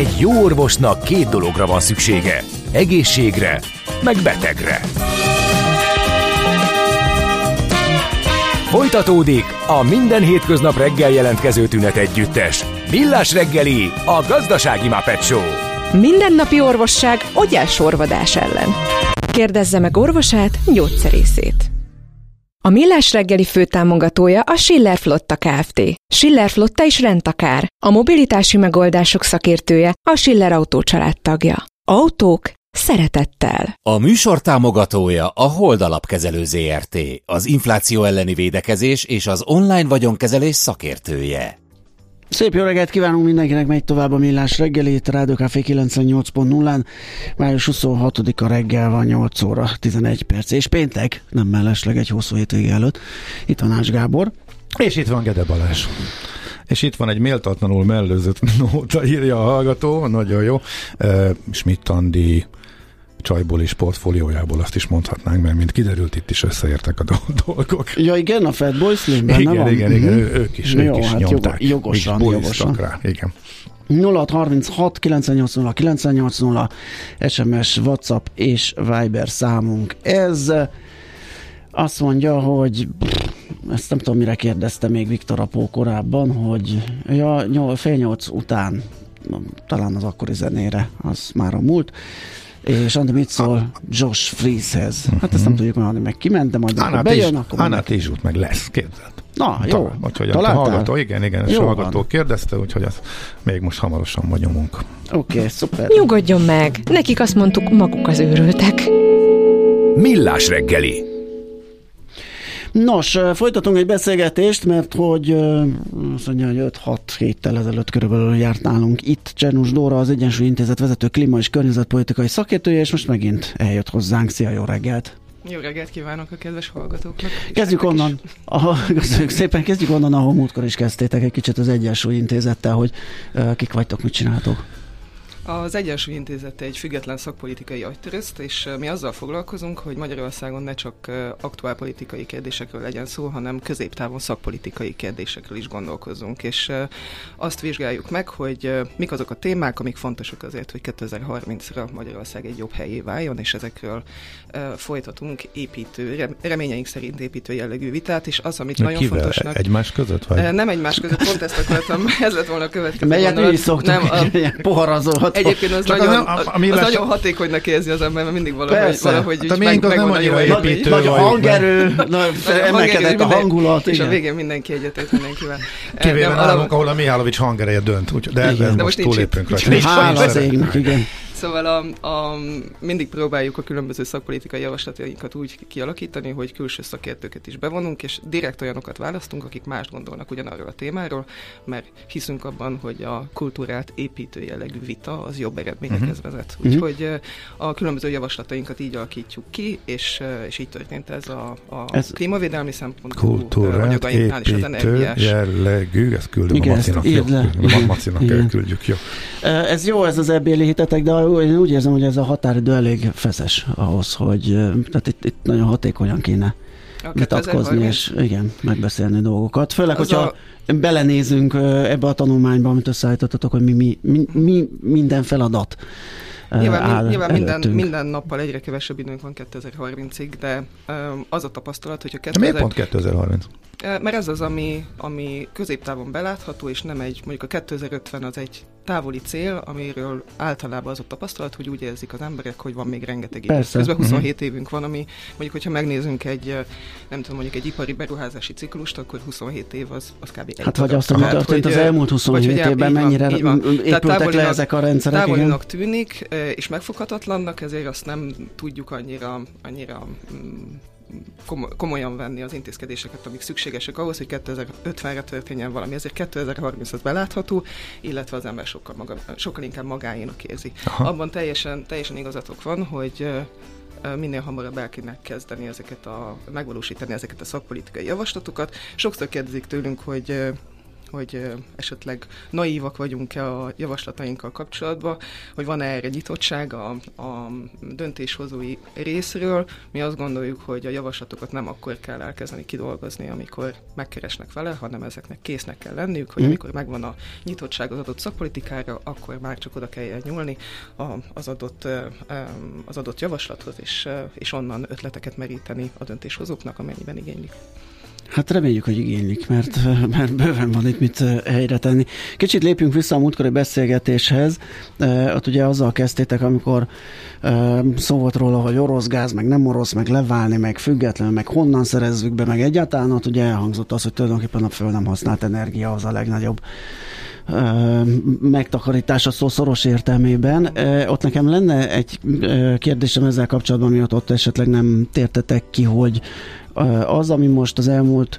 Egy jó orvosnak 2 dologra van szüksége. Egészségre, meg betegre. Folytatódik a minden hétköznap reggel jelentkező tünet együttes. Millás reggeli, a gazdasági Muppet Show. Mindennapi orvosság ogyásorvadás ellen. Kérdezze meg orvosát, gyógyszerészét. A Millás reggeli főtámogatója a Schiller Flotta Kft. Schiller Flotta is rendtakár. A mobilitási megoldások szakértője, a Schiller Autó családtagja. Autók szeretettel. A műsor támogatója a Hold Alapkezelő Zrt., az infláció elleni védekezés és az online vagyonkezelés szakértője. Szép jó reggelt kívánunk mindenkinek, megy tovább a Millás reggelét, Rádió Café 98.0-án, május 26-a reggel van, 8 óra 11 perc, és péntek, nem mellesleg egy hosszú hétvége előtt. Itt van Ács Gábor. És itt van Gede Balázs. És itt van egy méltatlanul mellőzött nóta, írja a hallgató, nagyon jó. Schmidt Andi csajból és portfóliójából azt is mondhatnánk, mert mint kiderült, itt is összeértek a dolgok. Ja igen, a Fatboy Slim benne igen, van? Igen, ők is hát nyomták. Jogosan. Rá, igen. 0636 980 980 SMS, WhatsApp és Viber számunk. Ez azt mondja, hogy ezt nem tudom, mire kérdezte még Viktor Apó korábban, hogy fél 8 után, talán az akkori zenére, az már a múlt, és Andi mit szól Josh Freesehez? Hát ezt nem tudjuk mondani, meg kiment, de majd akkor bejön, akkor Anna Tízsút meg lesz, képzeld. Na, jó. Úgyhogy a hallgató, igen, és a hallgató kérdezte, úgyhogy ezt még most hamarosan vagy nyomunk. Oké, szuper. Nyugodjon meg, nekik azt mondtuk, maguk az őrültek. Millás reggeli. Nos, folytatunk egy beszélgetést, mert hogy azt mondja, hogy 5-6 héttel ezelőtt körülbelül járt nálunk itt Csernus Dóra, az Egyensúly Intézet vezető klíma- és környezetpolitikai szakértője, és most megint eljött hozzánk. Szia, jó reggelt! Jó reggelt kívánok a kedves hallgatóknak! Kezdjük onnan, köszönjük szépen, kezdjük onnan, ahol múltkor is kezdtétek egy kicsit az Egyensúly Intézettel, hogy kik vagytok, mit csináltok. Az Egyensúly Intézet egy független szakpolitikai agytörözt, és mi azzal foglalkozunk, hogy Magyarországon ne csak aktuál politikai kérdésekről legyen szó, hanem középtávon szakpolitikai kérdésekről is gondolkozzunk. És azt vizsgáljuk meg, hogy mik azok a témák, amik fontosak azért, hogy 2030-ra Magyarország egy jobb helyé váljon, és ezekről folytatunk reményeink szerint építő jellegű vitát, és az, amit nagyon kivel? fontosnak... Egymás között? Vagy? Nem egymás között, pont ezt akartam, ez lett volna a következő melyet mi is szoktunk, poharazolhat. Egyébként az nagyon hatékonynak érzi az ember, mert mindig valahogy így megvan a jó építő. Nagy a hangerő, emelkedett a hangulat. És a végén mindenki egyetért mindenkivel. Kivéve nálunk, ahol a Mihálovics hangereje dönt. De ez most túlépünk rajta. Hála az égnek, igen. Szóval mindig próbáljuk a különböző szakpolitikai javaslatainkat úgy kialakítani, hogy külső szakértőket is bevonunk, és direkt olyanokat választunk, akik mást gondolnak ugyanarról a témáról, mert hiszünk abban, hogy a kultúrát építő jellegű vita az jobb eredményekhez vezet. Úgyhogy a különböző javaslatainkat így alakítjuk ki, és így történt ez a klímavédelmi szempontú anyagainknál is az energiás. Jellegű, ezt küldöm a Macinak elküldjük, jó. Ez jó, ez az ebbéli hitetek, de én úgy érzem, hogy ez a határidő elég feszes ahhoz, hogy tehát itt nagyon hatékonyan kéne vitatkozni, és igen, megbeszélni dolgokat. Főleg, hogyha belenézünk ebbe a tanulmányba, amit összeállítottatok, hogy mi minden feladat Nyilván minden nappal egyre kevesebb időnk van 2030-ig, de az a tapasztalat, hogyha... Miért pont 2030? Mert ez az, ami középtávon belátható, és nem mondjuk a 2050 az egy távoli cél, amiről általában az a tapasztalat, hogy úgy érzik az emberek, hogy van még rengeteg idő. Közben 27 évünk van, ami mondjuk, hogyha megnézünk mondjuk egy ipari beruházási ciklust, akkor 27 év az kb. Egy. Hát vagy azt, ami történt az elmúlt 27 évben, mennyire épültek le ezek a rendszerek. Távolinak tűnik, és megfoghatatlannak, ezért azt nem tudjuk annyira komolyan venni az intézkedéseket, amik szükségesek ahhoz, hogy 2050-re történjen valami. Ezért 2030 az belátható, illetve az ember sokkal inkább magáénak érzi. Aha. Abban teljesen igazatok van, hogy minél hamarabb el kéne kezdeni megvalósítani ezeket a szakpolitikai javaslatokat. Sokszor kérdezik tőlünk, hogy hogy esetleg naívak vagyunk-e a javaslatainkkal kapcsolatban, hogy van-e erre nyitottság a döntéshozói részről. Mi azt gondoljuk, hogy a javaslatokat nem akkor kell elkezdeni kidolgozni, amikor megkeresnek vele, hanem ezeknek késznek kell lenniük, hogy amikor megvan a nyitottság az adott szakpolitikára, akkor már csak oda kell nyúlni az adott javaslathoz, és onnan ötleteket meríteni a döntéshozóknak, amennyiben igénylik. Hát reméljük, hogy igénylik, mert bőven van itt mit helyre tenni. Kicsit lépjünk vissza a múltkori beszélgetéshez. Ott ugye azzal kezdtétek, amikor szó volt róla, hogy orosz gáz, meg nem orosz, meg leválni, meg függetlenül, meg honnan szerezzük be, meg egyáltalán ott ugye elhangzott az, hogy tulajdonképpen a föld nem használt energia az a legnagyobb megtakarítás a szó szoros értelmében. Ott nekem lenne egy kérdésem ezzel kapcsolatban, miatt ott esetleg nem tértetek ki, hogy az, ami most az elmúlt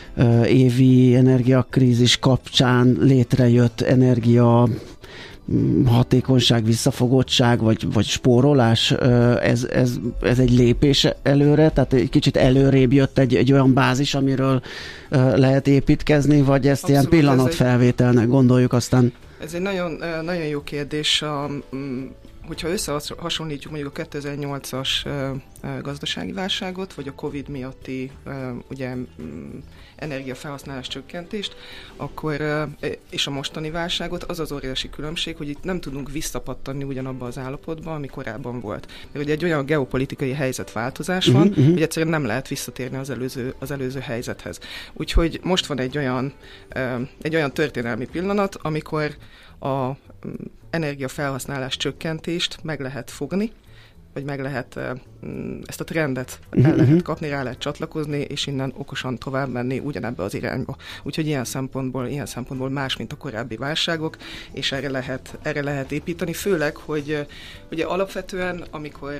évi energiakrízis kapcsán létrejött energia hatékonyság, visszafogottság, vagy spórolás, ez egy lépés előre, tehát egy kicsit előrébb jött egy olyan bázis, amiről lehet építkezni, vagy ezt abszolút, ilyen pillanatfelvételnek gondoljuk aztán? Ez egy nagyon, nagyon jó kérdés. Hogyha összehasonlítjuk mondjuk a 2008-as gazdasági válságot, vagy a Covid miatti ugye, energiafelhasználás csökkentést, akkor, és a mostani válságot, az az óriási különbség, hogy itt nem tudunk visszapattanni ugyanabba az állapotba, ami korábban volt. Mert ugye egy olyan geopolitikai helyzetváltozás van, hogy egyszerűen nem lehet visszatérni az előző helyzethez. Úgyhogy most van egy olyan történelmi pillanat, amikor a energiafelhasználás csökkentést meg lehet fogni, vagy meg lehet ezt a trendet el lehet kapni, rá lehet csatlakozni, és innen okosan tovább menni ugyanebbe az irányba. Úgyhogy ilyen szempontból más, mint a korábbi válságok, és erre lehet építeni, főleg, hogy ugye alapvetően, amikor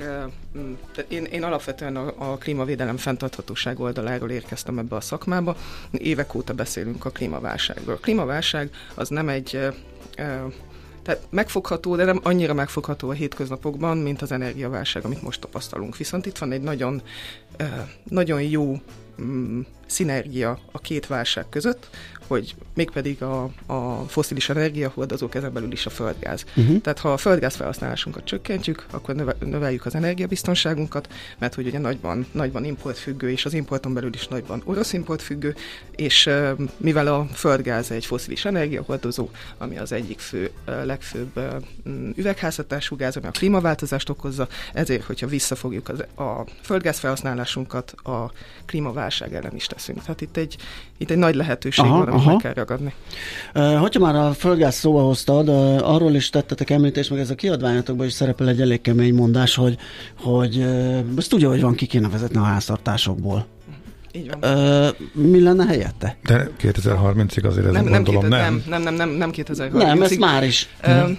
én alapvetően a klímavédelem fenntarthatóság oldaláról érkeztem ebbe a szakmába, évek óta beszélünk a klímaválságról. A klímaválság az nem egy tehát megfogható, de nem annyira megfogható a hétköznapokban, mint az energiaválság, amit most tapasztalunk. Viszont itt van egy nagyon, nagyon jó szinergia a két válság között, hogy mégpedig a fosszilis energiahordozók, ezen belül is a földgáz. Tehát ha a földgáz felhasználásunkat csökkentjük, akkor növeljük az energiabiztonságunkat, mert hogy ugye nagyban importfüggő, és az importon belül is nagyban orosz importfüggő, és mivel a földgáz egy fosszilis energiahordozó, ami az egyik legfőbb üvegházhatású gáz, ami a klímaváltozást okozza, ezért, hogyha visszafogjuk a földgáz felhasználásunkat, a klímaválság ellen is teszünk. Tehát itt egy nagy lehetőség van, amit meg kell ragadni. Hogyha már a földgáz szóba hoztad, arról is tettetek említést, meg ez a kiadványatokban is szerepel egy elég kemény mondás, hogy ezt tudja, hogy van, ki kéne vezetni a háztartásokból. Így van. Mi lenne helyette? De 2030-ig azért ez gondolom nem. Nem 2030-ig. Nem, ez már is.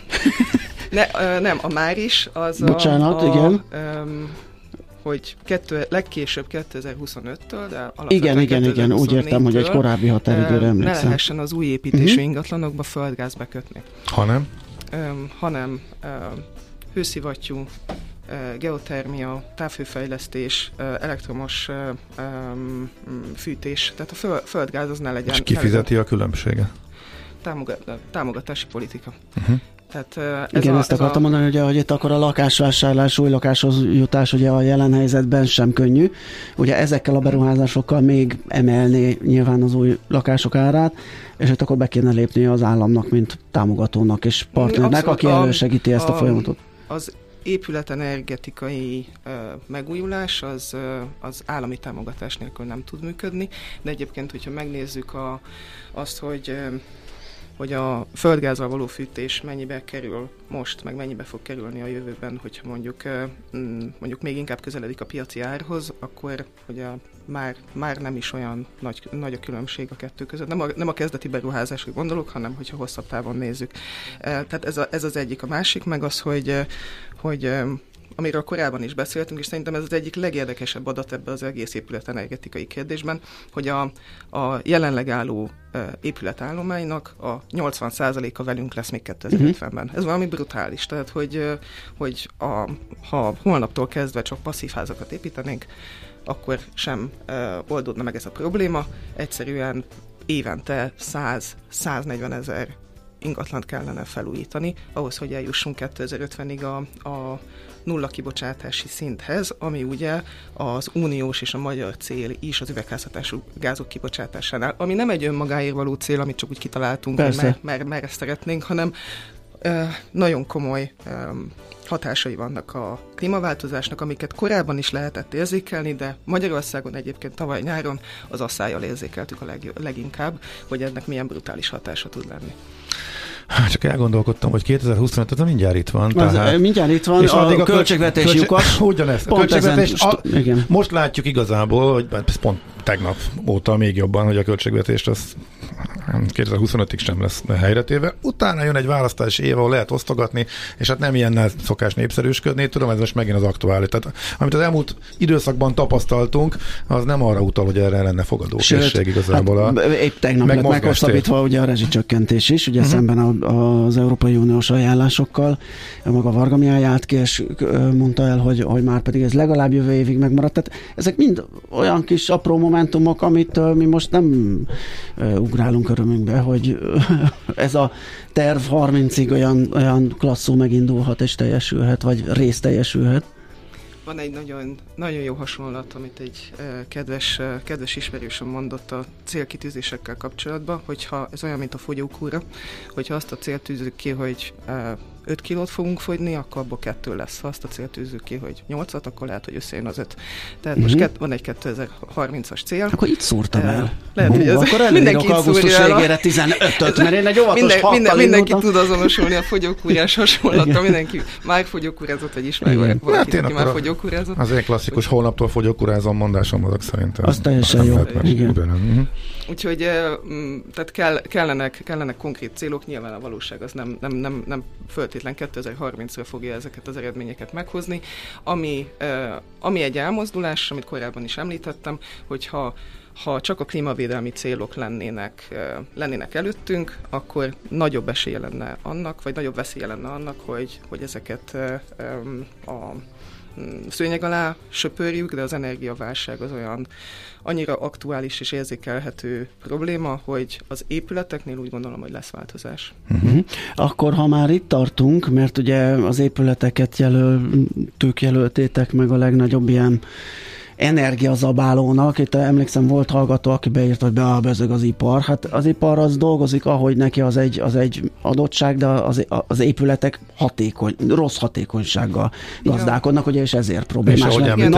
Nem, a már is az bocsánat, igen. Hogy legkésőbb 2025-től, de alapvetően igen, úgy értem, hogy egy korábbi határidőre emlékszem. Ne lehessen az új építésű ingatlanokba földgáz bekötni. Hanem hőszivattyú, geotermia, távhőfejlesztés, elektromos fűtés, tehát a földgáz az ne legyen. És ki fizeti a különbséget? Támogatási politika. Tehát ezt akartam mondani, hogy itt akkor a lakásvásárlás, új lakáshoz jutás ugye a jelen helyzetben sem könnyű. Ugye ezekkel a beruházásokkal még emelné nyilván az új lakások árát, és itt akkor be kéne lépnie az államnak, mint támogatónak és partnernek, aki elősegíti ezt a folyamatot. Az épületenergetikai megújulás az állami támogatás nélkül nem tud működni, de egyébként, hogyha megnézzük azt, hogy a földgázzal való fűtés mennyibe kerül most, meg mennyibe fog kerülni a jövőben, hogyha mondjuk még inkább közeledik a piaci árhoz, akkor ugye már nem is olyan nagy a különbség a kettő között. Nem a kezdeti beruházásra gondolok, hanem hogyha hosszabb távon nézzük. Tehát ez az egyik. A másik meg az, hogy amiről korábban is beszéltünk, és szerintem ez az egyik legérdekesebb adat ebbe az egész épületenergetikai kérdésben, hogy a jelenleg álló épületállománynak a 80%-a velünk lesz még 2050-ben. Ez valami brutális. Tehát, hogy ha holnaptól kezdve csak passzív házakat építenénk, akkor sem oldódna meg ez a probléma. Egyszerűen évente 100-140 ezer ingatlant kellene felújítani, ahhoz, hogy eljussunk 2050-ig a nulla kibocsátási szinthez, ami ugye az uniós és a magyar cél is az üvegházhatású gázok kibocsátásánál, ami nem egy önmagáért való cél, amit csak úgy kitaláltunk, mert ezt szeretnénk, hanem nagyon komoly hatásai vannak a klímaváltozásnak, amiket korábban is lehetett érzékelni, de Magyarországon egyébként tavaly nyáron az asszályjal érzékeltük a leginkább, hogy ennek milyen brutális hatása tud lenni. Csak elgondolkodtam, hogy 2025, ez mindjárt itt van. Mindjárt itt van, és a költségvetés lyukas. Ugyanezt. A költségvetés, most látjuk igazából, hogy pont tegnap óta még jobban, hogy a költségvetést az 2025-ig sem lesz helyretéve. Utána jön egy választási év, ahol lehet osztogatni, és hát nem ilyennel szokás népszerűsködni. Tudom, ez most megint az aktuális. Tehát, amit az elmúlt időszakban tapasztaltunk, az nem arra utal, hogy erre lenne fogadókészség igazából. Hát, épp tegnap lett meghosszabbítva ugye a rezsicsökkentés is, ugye szemben az Európai Uniós ajánlásokkal. Maga Varga Mihály állt ki, és mondta el, hogy már pedig ez legalább jövő évig megmaradt. Tehát ezek mind olyan kis apró momentumok, amit mi most nem ugrálunk örömünkbe, hogy ez a terv 30-ig olyan klasszul megindulhat és teljesülhet, vagy rész teljesülhet. Van egy nagyon, nagyon jó hasonlat, amit egy kedves ismerősöm mondott a célkitűzésekkel kapcsolatban, hogyha ez olyan, mint a fogyókúra, hogyha azt a célt tűzzük ki, hogy 5 kilót fogunk fogyni, akkor abból 2 lesz. Ha azt a célt tűzzük ki, hogy 8-at, akkor lehet, hogy összejön az 5. Tehát most van egy 2030-as cél. Akkor itt szúrtam el. Lehet, hogy ez akkor mindenki augusztus végére 15-öt, mert én egy óvatos mindenki tud azonosulni a fogyókúrás hasonlatra, mindenki már fogyókúrázott, vagy ismer valaki, aki már fogyókúrázott. Az én klasszikus holnaptól fogyókúrázom mondásom azok szerintem. Az teljesen jó. Úgyhogy tehát kellenek konkrét célok, nyilván a valóság az nem föltétlen 2030-ra fogja ezeket az eredményeket meghozni. Ami egy elmozdulás, amit korábban is említettem, hogyha csak a klímavédelmi célok lennének előttünk, akkor nagyobb esélye lenne annak, vagy nagyobb veszélye lenne annak, hogy ezeket a szőnyeg alá söpörjük, de az energiaválság az olyan annyira aktuális és érzékelhető probléma, hogy az épületeknél úgy gondolom, hogy lesz változás. Akkor, ha már itt tartunk, mert ugye az épületeket jelöltétek meg a legnagyobb ilyen energiazabálónak. Itt emlékszem, volt hallgató, aki beírt, hogy beábezeg az ipar. Hát az ipar az dolgozik, ahogy neki az egy adottság, de az épületek rossz hatékonysággal gazdálkodnak, ugye, és ezért problémás.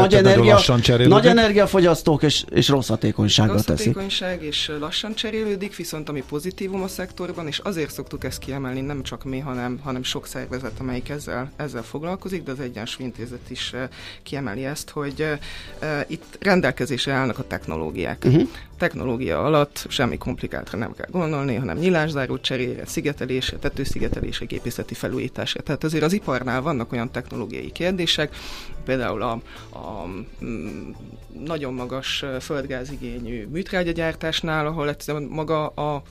Nagy energiafogyasztók és rossz hatékonysággal teszik. Rossz hatékonyság és lassan cserélődik, viszont ami pozitívum a szektorban, és azért szoktuk ezt kiemelni, nem csak mi, hanem sok szervezet, amelyik ezzel foglalkozik, de az Egyensúly Intézet is kiemeli ezt, hogy itt rendelkezésre állnak a technológiák. Technológia alatt semmi komplikáltra nem kell gondolni, hanem nyilászáró cserére, szigetelésre, tetőszigetelésre, gépészeti felújításra. Tehát azért az iparnál vannak olyan technológiai kérdések, például a nagyon magas földgázigényű műtrágyagyártásnál, ahol egyszerűen maga a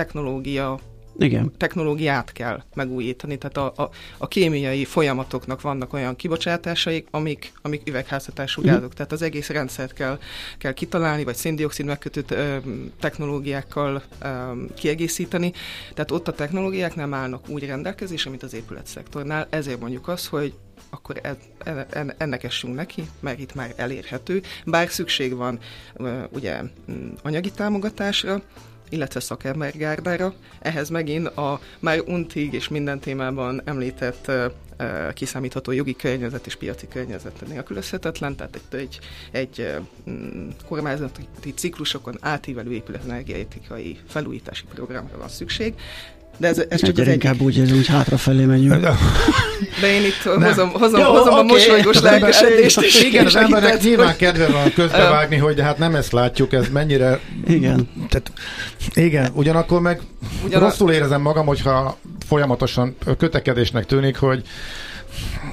technológiát kell megújítani, tehát a kémiai folyamatoknak vannak olyan kibocsátásaik, amik üvegházhatású gázok, tehát az egész rendszert kell kitalálni, vagy széndioxid megkötő technológiákkal kiegészíteni, tehát ott a technológiák nem állnak úgy rendelkezésre, mint az épületszektornál, ezért mondjuk azt, hogy akkor ennek essünk neki, mert itt már elérhető, bár szükség van ugye anyagi támogatásra, illetve szakembergárdára. Ehhez megint a már untig és minden témában említett kiszámítható jogi környezet és piaci környezet nélkülözhetetlen, tehát egy kormányzati ciklusokon átívelő épületenergetikai felújítási programra van szükség. De ez csak az inkább úgy érzem, hogy hátrafelé megyünk. De én itt hozom a mosolygós lelkesedést. Igen, az embernek nyilván kedve van közbevágni, hogy de hát nem ezt látjuk, ez mennyire... Igen. Tehát, igen, ugyanakkor meg rosszul érzem magam, hogyha folyamatosan kötekedésnek tűnik, hogy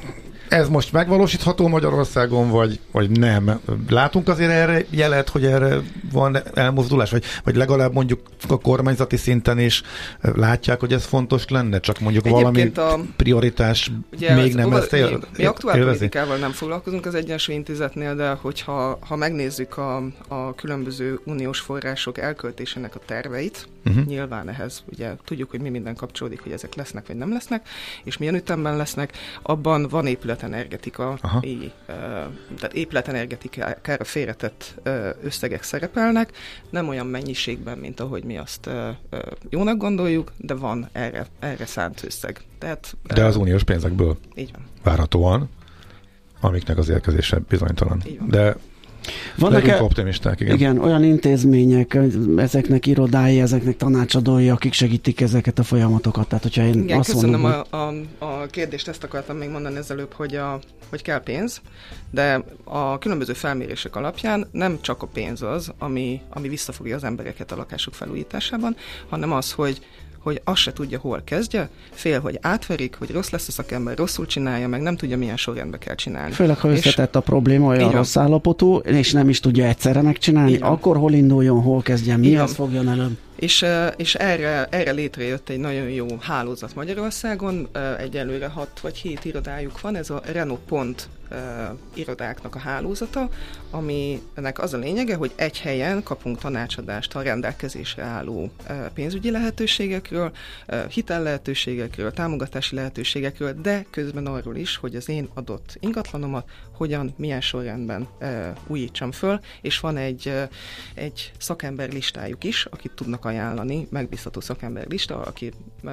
Ez most megvalósítható Magyarországon, vagy nem? Látunk azért erre jelet, hogy erre van elmozdulás, vagy legalább mondjuk a kormányzati szinten is látják, hogy ez fontos lenne, csak mondjuk egyébként valami prioritás még nem ezt élvezi? Mi aktuál politikával nem foglalkozunk az Egyensúly Intézetnél, de hogyha megnézzük a különböző uniós források elköltésének a terveit, nyilván ehhez ugye tudjuk, hogy mi minden kapcsolódik, hogy ezek lesznek, vagy nem lesznek, és milyen ütemben lesznek, abban van épületenergetika, tehát épületenergetikára félretett összegek szerepelnek, nem olyan mennyiségben, mint ahogy mi azt jónak gondoljuk, de van erre szánt összeg. De az uniós pénzekből így van. Várhatóan, amiknek az érkezése bizonytalan. De legyünk optimisták, igen. Igen, olyan intézmények, ezeknek irodái, ezeknek tanácsadói, akik segítik ezeket a folyamatokat. Tehát, hogyha én igen, azt köszönöm mondom, a kérdést, ezt akartam még mondani ezelőbb, hogy kell pénz, de a különböző felmérések alapján nem csak a pénz az, ami visszafogja az embereket a lakások felújításában, hanem az, hogy azt se tudja, hol kezdje, fél, hogy átverik, hogy rossz lesz a szakember, rosszul csinálja, meg nem tudja, milyen sorrendbe kell csinálni. Főleg, ha összetett a probléma, olyan rossz állapotú, és nem is tudja egyszerre megcsinálni, akkor hol induljon, hol kezdjen, mihez fogjon előbb. És erre létrejött egy nagyon jó hálózat Magyarországon, egyelőre 6 vagy 7 irodájuk van, ez a Renault Pont irodáknak a hálózata, aminek az a lényege, hogy egy helyen kapunk tanácsadást a rendelkezésre álló pénzügyi lehetőségekről, hitel lehetőségekről, támogatási lehetőségekről, de közben arról is, hogy az én adott ingatlanomat hogyan, milyen sorrendben újítsam föl, és van egy szakember listájuk is, akit tudnak ajánlani, megbízható szakember lista, aki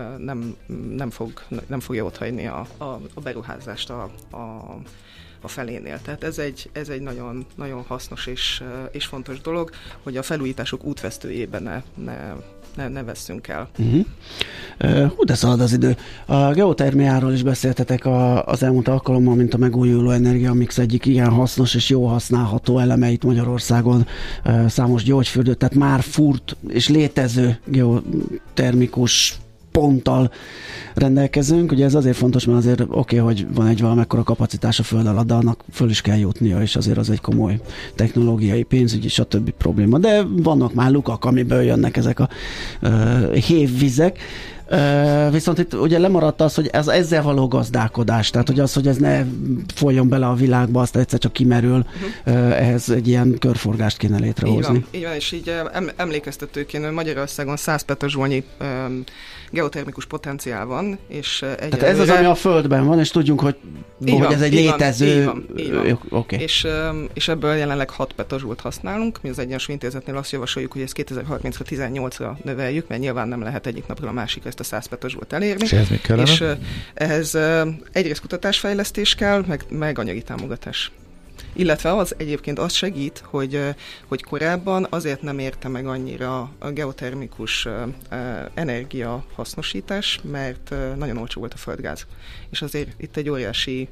nem fogja otthagyni a beruházást a felénél. Tehát ez egy nagyon, nagyon hasznos és fontos dolog, hogy a felújítások útvesztőjében ne vesszünk el. De szalad az idő. A geotermiáról is beszéltetek az elmúlt alkalommal, mint a megújuló energiamix egyik ilyen hasznos és jó használható elemeit Magyarországon. Számos gyógyfürdő, tehát már furt és létező geotermikus ponttal rendelkezünk. Ugye ez azért fontos, mert azért oké, hogy van egy valamekkora kapacitás a föld alatt, de annak föl is kell jutnia, és azért az egy komoly technológiai, pénzügyi, stb. Probléma. De vannak már lukak, amiből jönnek ezek a hévvizek. Viszont itt ugye lemaradt az, hogy ezzel való gazdálkodás, tehát hogy ez ne folyjon bele a világba, azt egyszer csak kimerül, ehhez egy ilyen körforgást kéne létrehozni. Így van, és így emlékeztetőként Magyarországon 100 petazsolnyi geotermikus potenciál van, és tehát ez az, ami a Földben van, és tudjunk, hogy ez egy létező... Így van. Okay. És ebből jelenleg 6 petazsolt használunk. Mi az Egyensúly Intézetnél azt javasoljuk, hogy ezt 2030-ra 18-ra növeljük, mert nyilván nem lehet egyik napról a másikra ezt a 100 petazsolt elérni. És ehhez mi kellene? És ehhez egyrészt kutatásfejlesztés kell, meg anyagi támogatás. Illetve az egyébként az segít, hogy korábban azért nem érte meg annyira a geotermikus energia hasznosítás, mert nagyon olcsó volt a földgáz. És azért itt egy óriási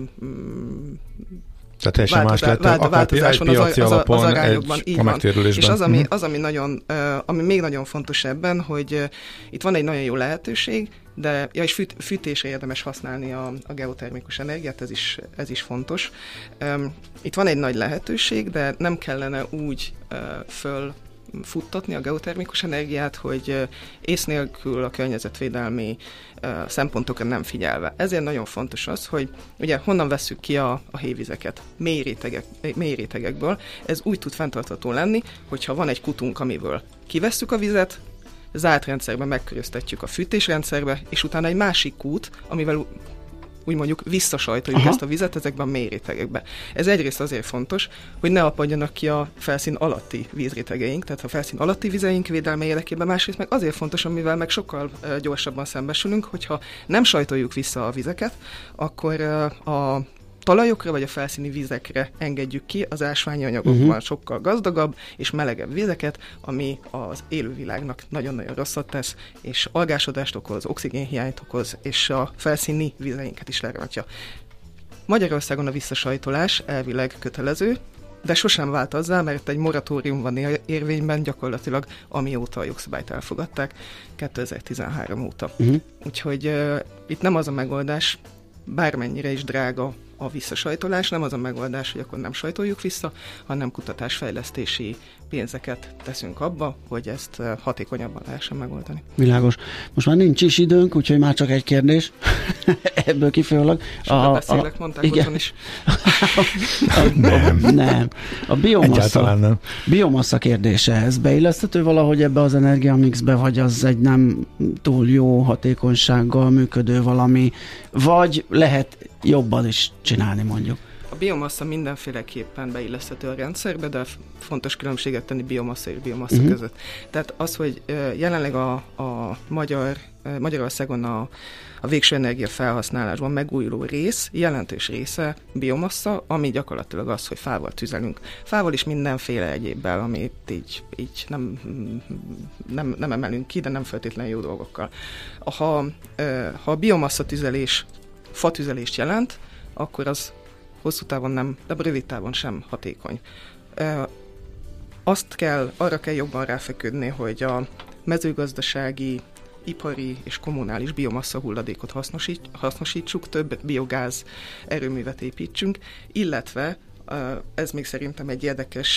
tehát teljesen más lett változás van az arányokban. A megtérülésben. És az, ami még nagyon fontos ebben, hogy itt van egy nagyon jó lehetőség, de és fűtésre érdemes használni a geotermikus energiát, ez is fontos. Itt van egy nagy lehetőség, de nem kellene úgy fölfuttatni a geotermikus energiát, hogy ész nélkül a környezetvédelmi szempontokra nem figyelve. Ezért nagyon fontos az, hogy ugye honnan vesszük ki a hévizeket? Mély rétegekből. Ez úgy tud fenntartható lenni, hogyha van egy kutunk, amiből kivesszük a vizet, zárt rendszerben megköröztetjük a fűtésrendszerbe, és utána egy másik kút, amivel úgy mondjuk visszasajtoljuk ezt a vizet ezekben a mély rétegekbe. Ez egyrészt azért fontos, hogy ne apadjanak ki a felszín alatti vízrétegeink, tehát a felszín alatti vizeink védelme érdekében, másrészt meg azért fontos, amivel meg sokkal gyorsabban szembesülünk, hogyha nem sajtoljuk vissza a vizeket, akkor a talajokra vagy a felszíni vizekre engedjük ki az ásványi anyagokban sokkal gazdagabb és melegebb vizeket, ami az élővilágnak nagyon-nagyon rosszat tesz, és algásodást okoz, oxigénhiányt okoz, és a felszíni vizeinket is lerontja. Magyarországon a visszasajtolás elvileg kötelező, de sosem vált azzá, mert egy moratórium van érvényben gyakorlatilag, amióta a jogszabályt elfogadták, 2013 óta. Úgyhogy itt nem az a megoldás, bármennyire is drága a visszasajtolás, nem az a megoldás, hogy akkor nem sajtoljuk vissza, hanem kutatásfejlesztési pénzeket teszünk abba, hogy ezt hatékonyabban lehessen megoldani. Világos. Most már nincs is időnk, úgyhogy már csak egy kérdés. Ebből kifejezőleg. Sokat beszélek, mondták otthon is. Nem. A biomassa kérdése, ez beilleszthető valahogy ebbe az energiamixbe, vagy az egy nem túl jó hatékonysággal működő valami, vagy lehet jobban is csinálni mondjuk? A biomassa mindenféleképpen beilleszthető a rendszerbe, de fontos különbséget tenni biomassa és biomassa között. Tehát az, hogy jelenleg a Magyarországon a végső energia felhasználásban megújuló rész, jelentős része biomassa, ami gyakorlatilag az, hogy fával tüzelünk. Fával is mindenféle egyébbel, amit így nem emelünk ki, de nem feltétlenül jó dolgokkal. Ha a biomassa tüzelés fatüzelést jelent, akkor az hosszú távon nem, de rövid távon sem hatékony. Arra kell jobban ráfeküdni, hogy a mezőgazdasági, ipari és kommunális biomassa hulladékot hasznosítsuk, több biogáz erőművet építsünk, illetve ez még szerintem egy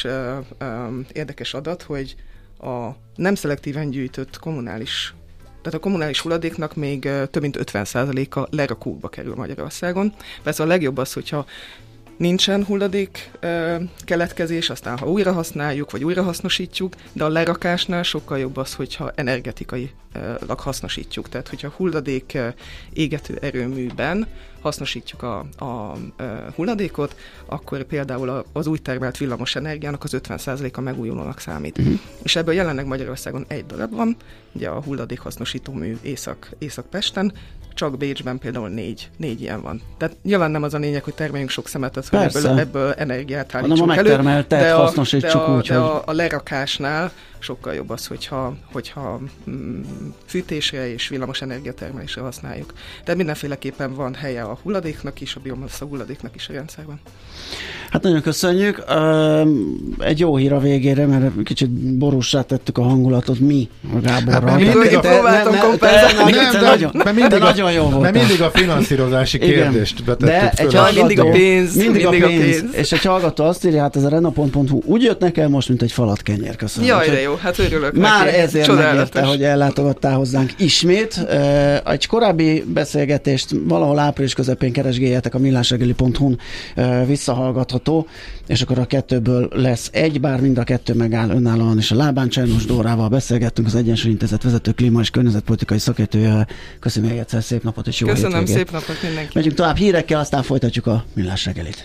érdekes adat, hogy a nem szelektíven gyűjtött tehát a kommunális hulladéknak még több mint 50%-a lerakókba kerül Magyarországon. Persze a legjobb az, hogyha nincsen hulladék keletkezés, aztán ha újra használjuk, vagy újra hasznosítjuk, de a lerakásnál sokkal jobb az, hogyha energetikailag hasznosítjuk. Tehát, hogyha hulladék égető erőműben hasznosítjuk a hulladékot, akkor például az új termelt villamos energiának az 50%-a megújulónak számít. És ebből jelenleg Magyarországon egy darab van, ugye a hulladékhasznosító mű Észak-Pesten, csak Bécsben például négy ilyen van. Tehát nyilván nem az a lényeg, hogy termeljünk sok szemetet, hogy ebből energiát állítsunk elő, de a lerakásnál sokkal jobb az, hogyha fűtésre és villamos energiatermelésre használjuk. Tehát mindenféleképpen van helye a hulladéknak is, a biomassa hulladéknek is a rendszerben. Hát nagyon köszönjük. Egy jó hír a végére, mert kicsit borússá tettük a hangulatot mi a Gáborral. Próbáltam kompenzálni. Nagyon jó volt. Mert mindig a finanszírozási kérdést betettük föl. Mindig a pénz. És egy hallgató azt írja, hát ez a Renault.hu úgy jött nekem most, mint egy falat kenyér. Köszönöm. Jaj, de jó, hát örülök már neki. Ezért megérte, hogy ellátogattál hozzánk ismét. Egy korábbi beszélgetést valahol április közepén keresgéljetek, a millásreggeli.hu-n visszahallgatható, és akkor a kettőből lesz egy, bár mind a kettő megáll önállóan, és a lábán Csernos Dórával beszélgettünk, az Egyensúly Intézet vezető klíma és környezetpolitikai szakértője. Köszönöm még egyszer, szép napot és jó hétvégét. Köszönöm, szép napot mindenki. Megyünk tovább hírekkel, aztán folytatjuk a Millás reggelit.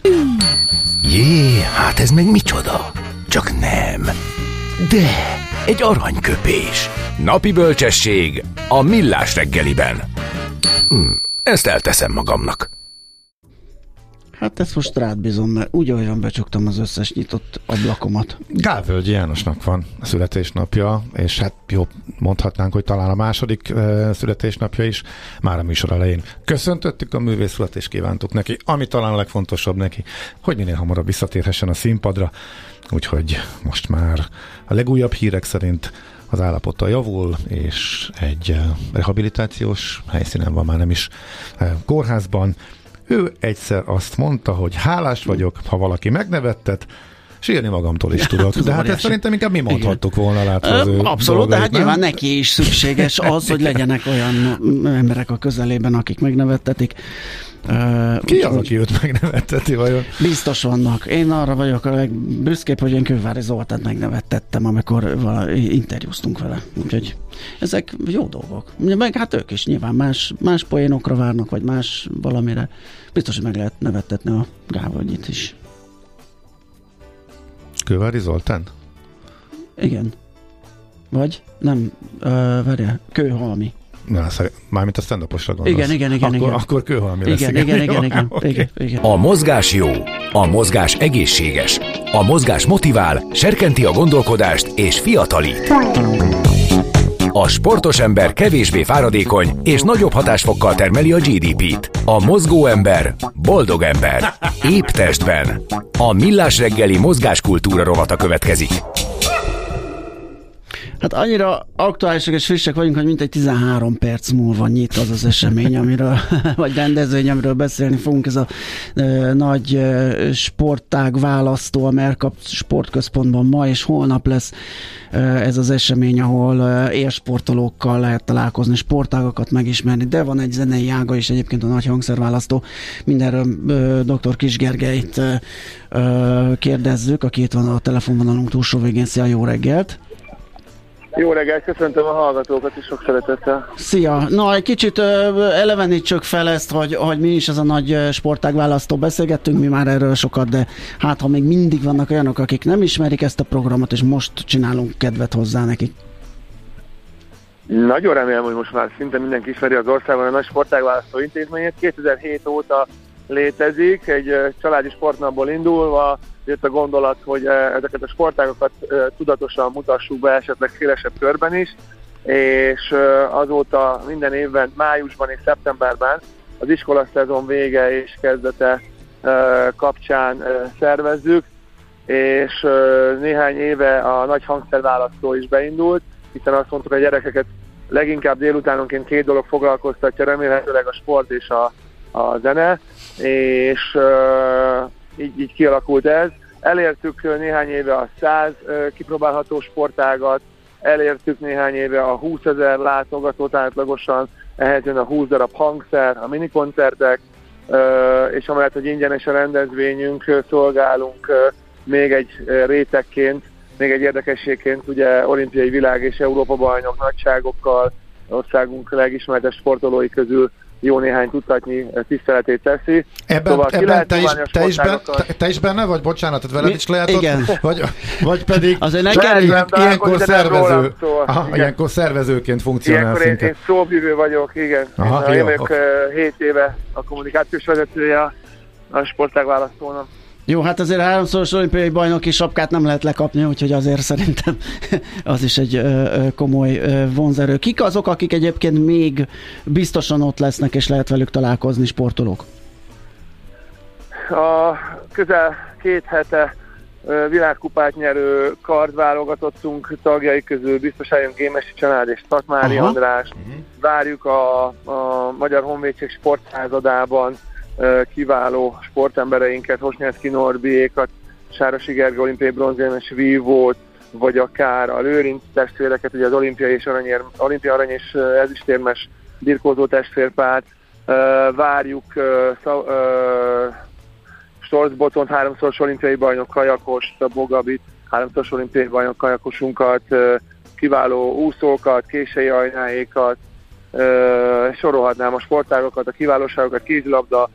Jé, hát ez meg micsoda? Csak nem. De egy aranyköpés. Napi bölcsesség a Millás reggeliben. Ezt elteszem magamnak. Hát ezt most rád bízom, mert úgy olyan becsuktam az összes nyitott ablakomat. Gálvölgyi Jánosnak van a születésnapja, és hát jó, mondhatnánk, hogy talán a második születésnapja is, már a műsor elején köszöntöttük a művészulat, és kívántuk neki, ami talán a legfontosabb neki, hogy minél hamarabb visszatérhessen a színpadra, úgyhogy most már a legújabb hírek szerint az állapota javul, és egy rehabilitációs helyszínen van, már nem is kórházban. Ő egyszer azt mondta, hogy hálás vagyok, ha valaki megnevettet, sírni magamtól is tudok. De hát ezt szerintem inkább mi mondhattuk volna, látva az ő abszolút, de hát nyilván neki is szükséges az, hogy legyenek olyan emberek a közelében, akik megnevettetik. Ki az, aki őt megnevetteti vajon? Biztos vannak. Én arra vagyok a legbüszkébb, hogy én Kővári Zoltánt megnevettettem, amikor interjúztunk vele. Úgyhogy ezek jó dolgok. Meg hát ők is nyilván más poénokra várnak, vagy más valamire. Biztos, hogy meg lehet nevettetni a Gáborgyit is. Kővári Zoltán? Igen. Vagy? Nem, várjál, Kőhalmi. Na, mármint a stand-uposra gondolsz. Igen. Akkor Kőhalmi lesz. Igen. A mozgás jó, a mozgás egészséges, a mozgás motivál, serkenti a gondolkodást és fiatalít. A sportos ember kevésbé fáradékony és nagyobb hatásfokkal termeli a GDP-t. A mozgó ember boldog ember. Épp testben. A Millás reggeli mozgáskultúra rovata következik. Hát annyira aktuálisak és frissek vagyunk, hogy mintegy 13 perc múlva nyit az esemény, amiről, vagy rendezvény, amiről beszélni fogunk. Ez a nagy sportág választó a Merkap Sportközpontban ma és holnap lesz ez az esemény, ahol élsportolókkal lehet találkozni, sportágakat megismerni, de van egy zenei ága is egyébként a nagy hangszerválasztó. Mindenről dr. Kiss Gergelyt kérdezzük, aki itt van a telefonvonalunk túlsó végén. Szia, jó reggelt! Jó reggelt, köszöntöm a hallgatókat is sok szeretettel. Szia! Na, egy kicsit elevenítsük fel ezt, hogy mi is ez a nagy sportágválasztó. Beszélgettünk mi már erről sokat, de hát ha még mindig vannak olyanok, akik nem ismerik ezt a programot, és most csinálunk kedvet hozzá nekik. Nagyon remélem, hogy most már szinte mindenki ismeri az országban a nagy sportágválasztó intézményét. 2007 óta létezik, egy családi sportnapból indulva jött a gondolat, hogy ezeket a sportágokat tudatosan mutassuk be esetleg szélesebb körben is, és azóta minden évben májusban és szeptemberben az iskolaszezon vége és kezdete kapcsán szervezzük, és néhány éve a nagy hangszerválasztó is beindult, hiszen azt mondtuk, hogy a gyerekeket leginkább délutánonként 2 dolog foglalkoztatja, remélhetőleg a sport és a zene, és így kialakult ez. Elértük néhány éve a 100 kipróbálható sportágat, elértük néhány éve a 20 000 látogatót átlagosan, ehhez jön a 20 darab hangszer, a minikoncertek, és amellett, hogy ingyenes a rendezvényünk, szolgálunk még egy rétegként, még egy érdekességként, ugye olimpiai világ és Európa bajnok nagyságokkal, országunk legismertebb sportolói közül jó néhány tudatnyi tiszteletét teszi. Ebben te is benne vagy? Bocsánat, tehát veled is lehet ott? Vagy pedig ilyenkor szervezőként funkcionál szinte. Én szóvivő vagyok, igen. Én vagyok 7 éve a kommunikációs vezetője a sportágválasztónak. Jó, hát azért 3-szoros olimpiai bajnoki sapkát nem lehet lekapni, úgyhogy azért szerintem az is egy komoly vonzerő. Kik azok, akik egyébként még biztosan ott lesznek, és lehet velük találkozni, sportolók? A közel 2 hete világkupát nyerő kardválogatottunk tagjai közül biztos eljön Gémesi Csanád és Szatmári András. Várjuk a Magyar Honvédség sportszázadában kiváló sportembereinket, Hosnyánszky Norbiékat, Sárosi Gergely olimpiai bronzérmes vívót, vagy akár a Lőrinc testvéreket, ugye az olimpia arany és ezüstérmes birkózó testvérpárt. Várjuk Storz Botont, 3-szoros olimpiai bajnok kajakost, a Bogabit, 3-szoros olimpiai bajnok kajakosunkat, kiváló úszókat, Kései Ajnáékat, sorolhatnám a sportágokat, a kiválóságokat, kézilabda,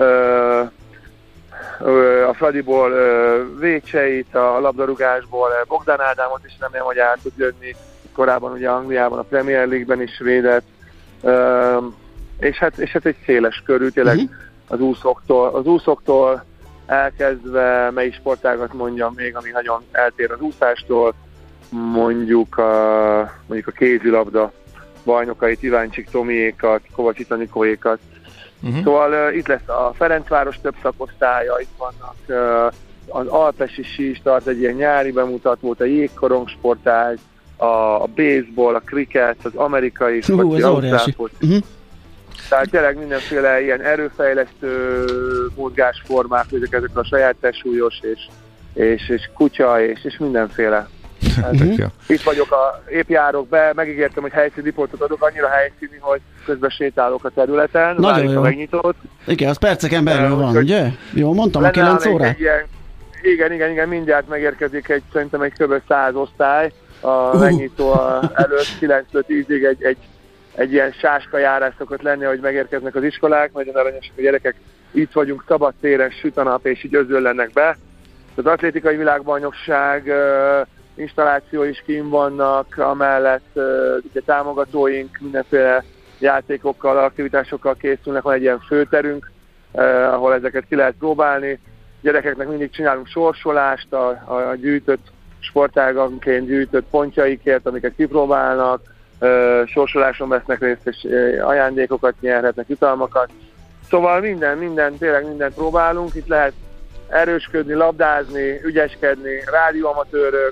a Fradiból Vécseit, a labdarúgásból Bogdán Ádámot is remélem, hogy át tud jönni, korábban ugye Angliában a Premier League-ben is védett, és hát egy széles körű, tényleg az úszóktól elkezdve, mely sportágat mondjam még, ami nagyon eltér az úszástól, mondjuk a kézilabda bajnokait, Iváncsik Tomiékat, Kovacsics Anikóékat. Szóval itt lesz a Ferencváros több szakosztálya, itt vannak az alpesi sí is tart egy ilyen nyári bemutatót, a jégkorong sportág, a baseball, a cricket, az amerikai, vagy az ausztrálfoci. Tehát tényleg mindenféle ilyen erőfejlesztő mozgásformák, ezek a saját testsúlyos és kutya és mindenféle. Itt vagyok, épp járok be, megígértem, hogy helyszíni riportot adok, annyira helyszíni, hogy közben sétálok a területen, nagyon jó. Megnyitott. Igen, az perceken belül van, ugye? Jó, mondtam a 9 órát? Igen, mindjárt megérkezik szerintem egy kb. 100 osztály a megnyitó előtt 9-10-ig egy ilyen sáskajárás szokott lenni, hogy megérkeznek az iskolák, nagyon aranyosak a gyerekek, itt vagyunk szabadtéren, süt a nap, és így özönlenek be. Az atlétikai világbajnokság installáció is kint vannak, amellett ugye támogatóink mindenféle játékokkal, aktivitásokkal készülnek, van egy ilyen főterünk, ahol ezeket ki lehet próbálni. Gyerekeknek mindig csinálunk sorsolást a gyűjtött sportáganként gyűjtött pontjaikért, amiket kipróbálnak, sorsoláson vesznek részt, és ajándékokat nyerhetnek, jutalmakat. Szóval tényleg mindent próbálunk, itt lehet erősködni, labdázni, ügyeskedni, rádióamatőrök,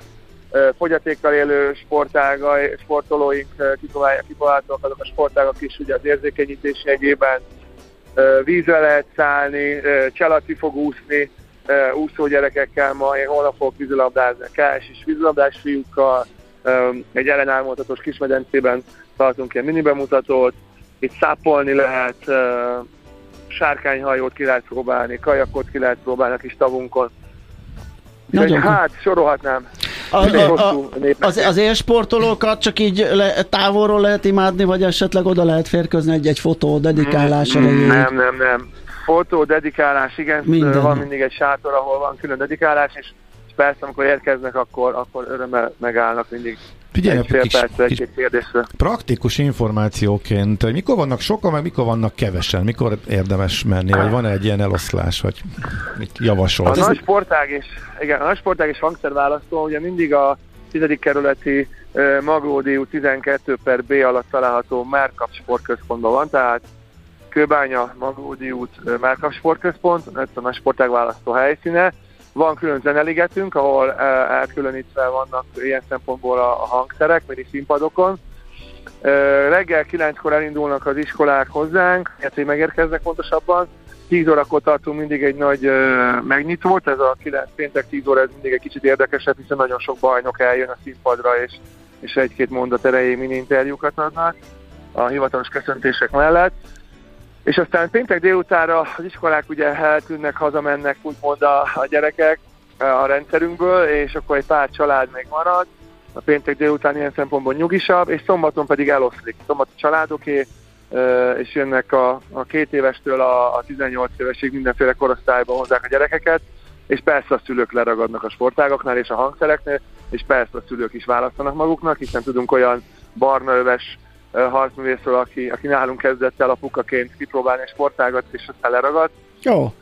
fogyatékkal élő sportolóink kipróbálhatóak azok a sportágak is, ugye az érzékenyítés jegyében, vízre lehet szállni, Cselaci fog úszni, úszó gyerekekkel, ma én holnap fogok vízilabdázni, Kás és vízilabdás fiúkkal, egy ellenállmódhatós kismedencében tartunk ilyen mini bemutatót, itt szápolni lehet, sárkányhajót ki lehet próbálni, kajakot ki lehet próbálni a kis tavunkon. Hát, sorolhatnám. Az élsportolókat csak így távolról lehet imádni, vagy esetleg oda lehet férkőzni egy fotó dedikálás erejéig? Nem. Fotó, dedikálás, igen. Minden. Van mindig egy sátor, ahol van külön dedikálás, és persze, amikor érkeznek, akkor örömmel megállnak mindig. Figyelj, egy fél percre, egy-két kérdésre. Praktikus információként, hogy mikor vannak sokan, meg mikor vannak kevesen? Mikor érdemes menni? Vagy van egy ilyen eloszlás, vagy mit javasolsz? A nagy sportág és hangszerválasztó, ugye mindig a 10. kerületi Maglódi út 12/B alatt található Márkap sportközpontban van, tehát Kőbánya, Maglódi út, Márkap sportközpont, ez a nagy sportágválasztó helyszíne. Van külön zeneligetünk, ahol elkülönítve vannak ilyen szempontból a hangszerek, vagy színpadokon. Reggel 9-kor elindulnak az iskolák hozzánk, illetve megérkeznek pontosabban. 10 órakor tartunk mindig egy nagy megnyitót, ez a péntek 10 óra, ez mindig egy kicsit érdekesebb, hiszen nagyon sok bajnok eljön a színpadra, és egy-két mondat erejéig mini interjúkat adnak a hivatalos köszöntések mellett. És aztán péntek délutánra az iskolák ugye eltűnnek, hazamennek úgymond a gyerekek a rendszerünkből, és akkor egy pár család még marad. A péntek délután ilyen szempontból nyugisabb, és szombaton pedig eloszlik. Szombat a családoké, és jönnek a 2 évestől a 18 évesig mindenféle korosztályban hozzák a gyerekeket, és persze a szülők leragadnak a sportágaknál és a hangszereknél, és persze a szülők is választanak maguknak, hiszen tudunk olyan barnaöves harcművészről, aki nálunk kezdett el apukaként kipróbálni a sportágat, és aztán leragadt. Jó.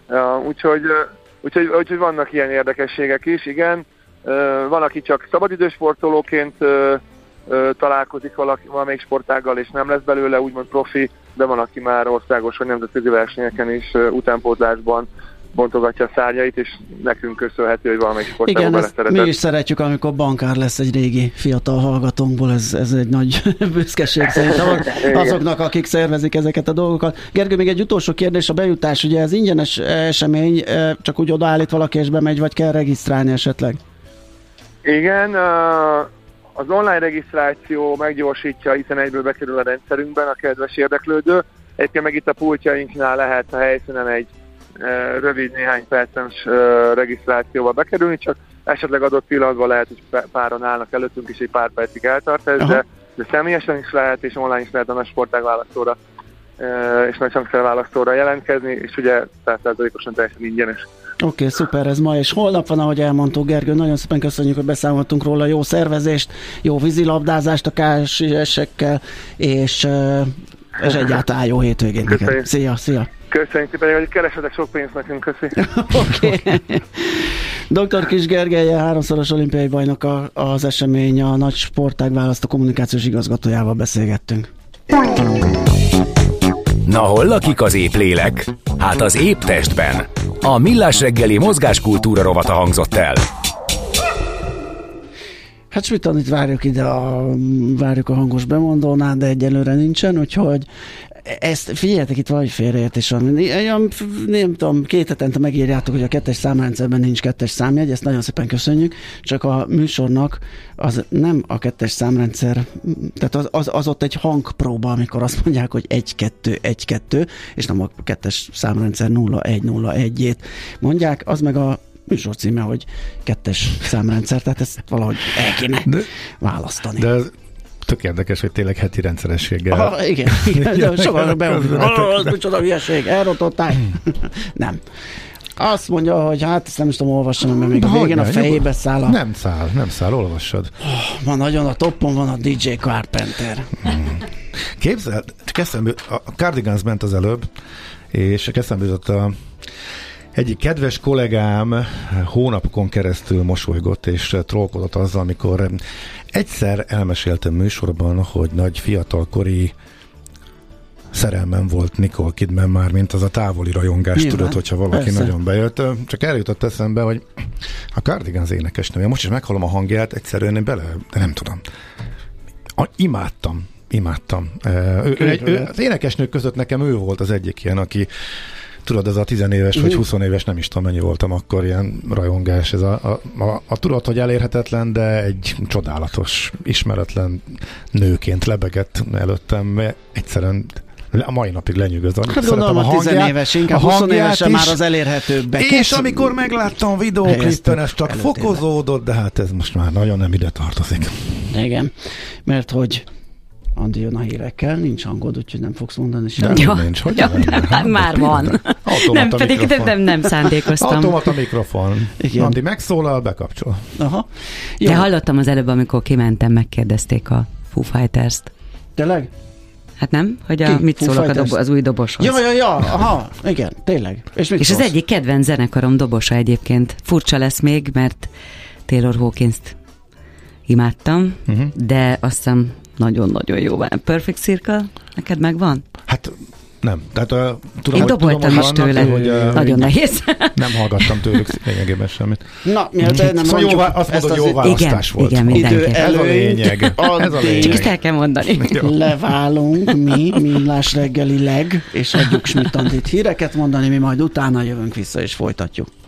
Úgyhogy vannak ilyen érdekességek is, igen. Van, aki csak szabadidős sportolóként találkozik valamelyik sportággal, és nem lesz belőle úgymond profi, de van, aki már országos vagy nemzetközi versenyeken is utánpótlásban bontogatja a szárnyait, és nekünk köszönhető, hogy valamelyik sportágban beleszeretett. Mi is szeretjük, amikor bankár lesz egy régi fiatal hallgatónkból, ez egy nagy büszkeség szerintem azoknak, akik szervezik ezeket a dolgokat. Gergő, még egy utolsó kérdés, a bejutás, ugye ez ingyenes esemény, csak úgy odaállít valaki és bemegy, vagy kell regisztrálni esetleg? Igen, az online regisztráció meggyorsítja, hiszen egyből bekerül a rendszerünkben a kedves érdeklődő. Egyébként meg itt a pultjainknál lehet a helyszínen egy rövid néhány perces regisztrációval bekerülni, csak esetleg adott pillanatban lehet, hogy páran állnak előttünk, és egy pár percig eltart ez, de személyesen is lehet, és online is lehet a nagy sportágválasztóra és nagy hangszerválasztóra jelentkezni, és ugye 100%-osan teljesen ingyenes. Oké, szuper, ez ma és holnap van, ahogy elmondtuk, Gergő, nagyon szépen köszönjük, hogy beszámoltunk róla, jó szervezést, jó vízilabdázást a KSS-ekkel, és egyáltalán jó hétvégét neked. Szia! Köszönjük szépen, hogy keresetek sok pénzt nekünk, köszi. Oké. Dr. Kiss Gergelye, 3-szoros olimpiai bajnok az esemény, a nagy sportág választó kommunikációs igazgatójával beszélgettünk. Na hol lakik az épp lélek? Hát az épp testben. A Millás reggeli mozgáskultúra rovata hangzott el. Hát Smitanit várjuk a hangos bemondónál, de egyelőre nincsen, úgyhogy ezt figyeljetek, itt valami félreértés van. Nem tudom, 2 hetente megírjátok, hogy a 2-es számrendszerben nincs 2-es számjegy, ezt nagyon szépen köszönjük, csak a műsornak az nem a 2-es számrendszer, tehát az ott egy hangpróba, amikor azt mondják, hogy 1-2-1-2, és nem a 2-es számrendszer 0-1-0-1-ét mondják, az meg a műsor címe, hogy 2-es számrendszer, tehát ezt valahogy el kéne választani. De tök érdekes, hogy tényleg heti rendszerességgel. Igen, de sokan beugnak. Micsoda hülyeség, elrontották. Nem. Azt mondja, hogy hát ezt nem is tudom olvassam, mert még a végén a fejébe száll. Nem száll, olvassad. Ma nagyon a toppon van a DJ Carpenter. Képzeld, csak eszembe, a Cardigans ment az előbb, és eszembe jutott egyik kedves kollégám hónapokon keresztül mosolygott és trollkodott azzal, amikor egyszer elmeséltem műsorban, hogy nagy fiatalkori szerelmem volt Nicole Kidman már, mint az a távoli rajongás, tudod, hogyha valaki persze. nagyon bejött. Csak eljutott eszembe, hogy a Cardigans énekesnője, most is meghallom a hangját, egyszerűen én de nem tudom. Imádtam. Az énekesnők között nekem ő volt az egyik ilyen, aki tudod, ez a 10 éves vagy 20 éves, nem is tudom mennyi voltam akkor, ilyen rajongás. Ez a tudod, hogy elérhetetlen, de egy csodálatos, ismeretlen nőként lebegett előttem, egyszerűen a mai napig lenyűgöz. Hát gondolom a 10 éves, inkább 20 évesen már az elérhetőbbek. És amikor megláttam videóklippen, ez csak fokozódott, de hát ez most már nagyon nem ide tartozik. Igen, mert hogy Andi jön a hírekkel, nincs hangod, úgyhogy nem fogsz mondani semmit. Ja, nincs, hogy már van. Nem, pedig nem szándékoztam. Automata mikrofon. Igen. Andi megszólal, bekapcsol. Aha. De hallottam az előbb, amikor kimentem, megkérdezték a Foo Fighters-t. Tényleg? Hát nem? Hogy Ki? mit Foo szólok az új doboshoz. Ja, aha, igen, tényleg. És az egyik kedvenc zenekarom dobosa egyébként. Furcsa lesz még, mert Taylor Hawkins-t imádtam, de azt hiszem nagyon-nagyon jó van. Perfect Circle, neked megvan? Hát nem. Tehát, tudom, én doboltam is tőle. Nagyon nehéz. Nem hallgattam tőlük lényegében semmit. Na, miért nem szóval azt mondod, jó választás volt. Igen, mindenki. Ez a lényeg. Csak ezt el kell mondani. Leválunk mi Millás reggelileg, és adjuk Schmidt Andit híreket mondani, mi majd utána jövünk vissza és folytatjuk.